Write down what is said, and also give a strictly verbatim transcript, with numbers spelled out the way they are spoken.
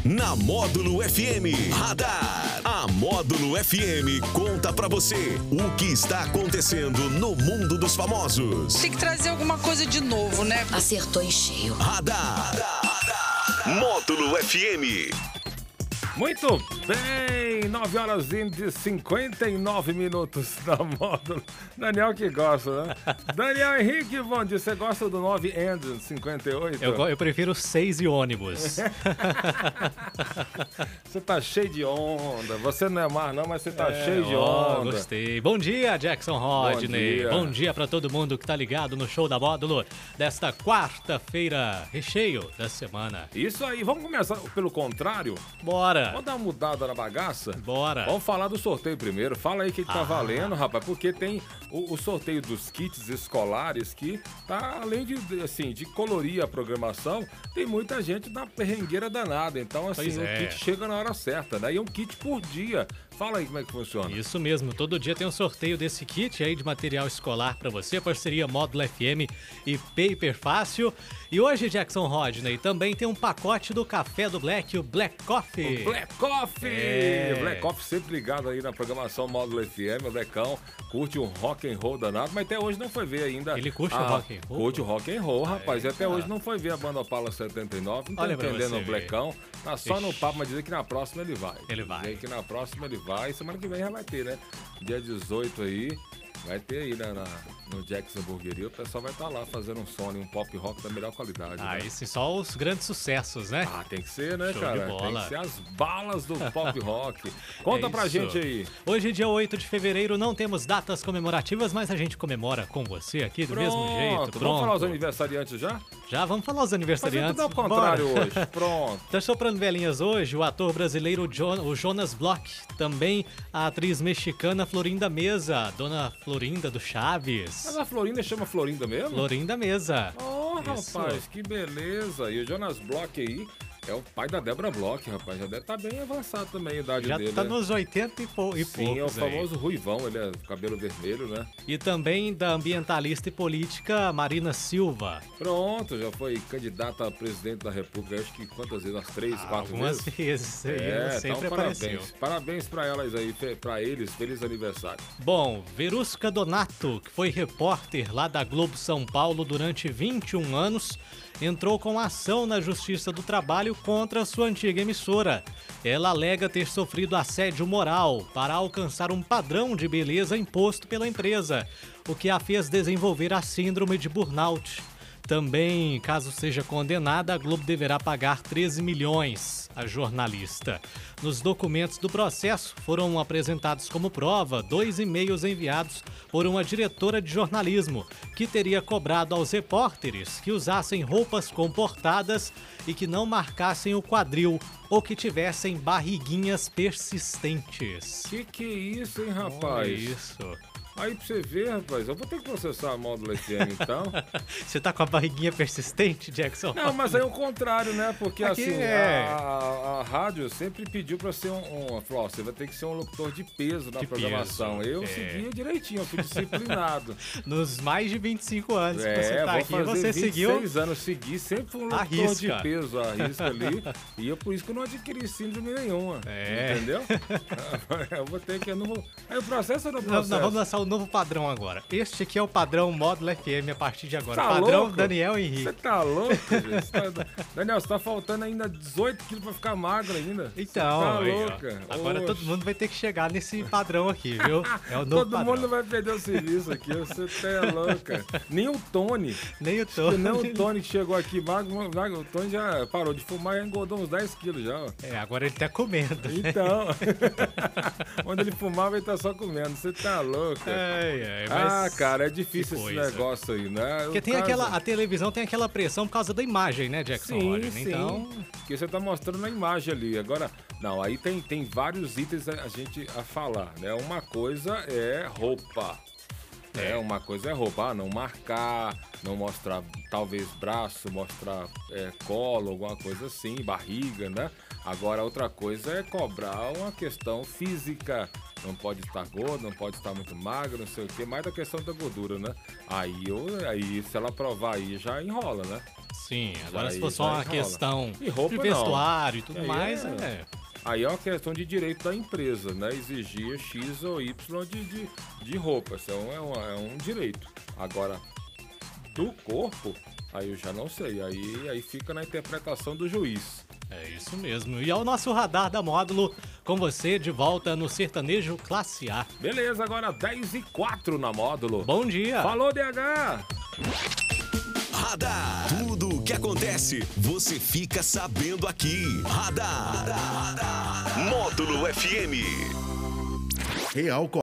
Na Módulo F M. Radar. A Módulo F M conta pra você o que está acontecendo no mundo dos famosos. Tem que trazer alguma coisa de novo, né? Acertou em cheio. Radar. Radar. Módulo F M. Muito bem, nove horas e cinquenta e nove minutos da Módulo. Daniel que gosta, né? Daniel Henrique, bom dia. Você gosta do nove and cinquenta e oito? Eu, eu prefiro seis e ônibus. Você tá cheio de onda. Você não é mar não, mas você tá É, cheio de ó, onda. Gostei. Bom dia, Jackson Rodney. dia. Bom dia pra todo mundo que tá ligado no show da Módulo desta quarta-feira, recheio da semana. Isso aí, vamos começar pelo contrário? Bora. Vamos dar uma mudada na bagaça? Bora. Vamos falar do sorteio primeiro. Fala aí o que, que tá Ah. valendo, rapaz, porque tem o, o sorteio dos kits escolares que tá, além de, assim, de colorir a programação, tem muita gente na perrengueira danada. Então, assim, Pois o é. kit chega na hora certa, né? E é um kit por dia. Fala aí como é que funciona. Isso mesmo, todo dia tem um sorteio desse kit aí de material escolar pra você, parceria Módulo F M e Paper Fácil. E hoje, Jackson Rodney, também tem um pacote do Café do Black, o Black Coffee. O Black Coffee! É. Black Coffee sempre ligado aí na programação Módulo F M, o Blackão curte um rock and roll danado, mas até hoje não foi ver ainda. Ele curte a- o rock and roll? Curte o rock and roll, rapaz, e até Eita. hoje não foi ver a banda Opala setenta e nove, não tá Olha pra entendendo você o ver. Blackão, tá só Ixi. no papo, mas dizer que na próxima ele vai. Ele vai. Dizer que na próxima ele vai, semana que vem já vai ter, né? Dia dezoito aí, vai ter aí né, na, no Jack's Hamburgueria, o pessoal vai estar lá fazendo um som, um pop rock da melhor qualidade. Ah, né? esse só os grandes sucessos, né? Ah, tem que ser, né, Show cara? de bola. Tem que ser as balas do pop rock. Conta É pra isso. gente aí. Hoje, dia oito de fevereiro, não temos datas comemorativas, mas a gente comemora com você aqui do mesmo jeito. Pronto. Vamos falar os aniversariantes já? Já vamos falar os Fazer aniversariantes. tudo ao contrário Bora. hoje. Pronto. Tá soprando velhinhas hoje o ator brasileiro Jo- o Jonas Bloch, também a atriz mexicana Florinda Mesa, Dona Florinda do Chaves. Mas a Florinda chama Florinda mesmo? Florinda Mesa. Oh, Isso. rapaz, que beleza. E o Jonas Bloch aí é o pai da Débora Bloch, rapaz. Já deve estar bem avançado também a idade Já dele. tá né? nos oitenta e, pou, e Sim, é o poucos aí. famoso ruivão, ele é cabelo vermelho, né? E também da ambientalista e política Marina Silva. Pronto, já foi candidata a presidente da República, acho que quantas vezes? Umas três, quatro Algumas vezes? vezes. aí ela É, sempre então apareceu. parabéns. Parabéns pra elas aí, fe- pra eles, feliz aniversário. Bom, Verusca Donato, que foi repórter lá da Globo São Paulo durante vinte e um anos, entrou com ação na Justiça do Trabalho contra sua antiga emissora. Ela alega ter sofrido assédio moral para alcançar um padrão de beleza imposto pela empresa, o que a fez desenvolver a síndrome de burnout. Também, caso seja condenada, a Globo deverá pagar treze milhões à jornalista. Nos documentos do processo foram apresentados como prova dois e-mails enviados por uma diretora de jornalismo, que teria cobrado aos repórteres que usassem roupas comportadas e que não marcassem o quadril ou que tivessem barriguinhas persistentes. Que que é isso, hein, Olha rapaz? isso. Aí pra você ver, rapaz, eu vou ter que processar a Módulo F M então. Você tá com a barriguinha persistente, Jackson? Não, mas aí é o contrário, né? Porque Aqui assim, é. a, a- a rádio sempre pediu pra ser um, um. Falou, ó, você vai ter que ser um locutor de peso na De programação. peso, Eu é. seguia direitinho, eu fui disciplinado. Nos mais de vinte e cinco anos que você É, tá vou aqui, fazer você vinte e seis seguiu. anos, segui, sempre fui um locutor Arrisca. de peso, a risca ali. E eu, por isso que eu não adquiri síndrome nenhuma. É. Entendeu? Eu vou ter que. Eu não vou... Aí o processo ou não Nós, processo? nós vamos lançar um novo padrão agora. Este aqui é o padrão Módulo F M a partir de agora. Tá padrão louco? Daniel Você Henrique. tá louco, gente? Você tá- Daniel, você tá faltando ainda dezoito quilos pra ficar magro ainda. Então, Você tá aí, ó. louca. Agora todo Oxe. mundo vai ter que chegar nesse padrão aqui, viu? É o novo Todo padrão. mundo vai perder o serviço aqui, você tá é louca. Nem o Tony. Nem o Porque Tony. nem o Tony que chegou aqui magro, magro, o Tony já parou de fumar e engordou uns dez quilos já, ó. É, agora ele tá comendo. Então, onde ele fumava, ele tá só comendo. Você tá louca. Ai, ai, Ah, mas cara, é difícil que esse coisa. negócio aí, né? Porque O tem caso- aquela, a televisão tem aquela pressão por causa da imagem, né, Jackson Sim, Rodney? sim. Então, Porque você tá mostrando na imagem ali. Agora, não, aí tem, tem vários itens a, a gente a falar, né? Uma coisa é roupa. É, uma coisa é roupa, ah, não marcar, não mostrar talvez braço, mostrar é, colo, alguma coisa assim, barriga, né? Agora outra coisa é cobrar uma questão física. Não pode estar gordo, não pode estar muito magro, não sei o quê, mais da questão da gordura, né? Aí, eu, aí se ela provar aí, já enrola, né? Sim, agora Aí se for só já uma rola. questão E roupa de não. vestuário e tudo Aí mais, é- é... Aí é uma questão de direito da empresa, né? Exigir X ou Y de, de, de roupa. Isso é um, é, um, é um direito. Agora, do corpo, aí eu já não sei. Aí, aí fica na interpretação do juiz. É isso mesmo. E é o nosso radar da Módulo com você de volta no Sertanejo Classe A. Beleza, agora dez e quatro na Módulo. Bom dia. Falou, D H! Radar. Tudo o que acontece, você fica sabendo aqui. Radar. Módulo F M. Real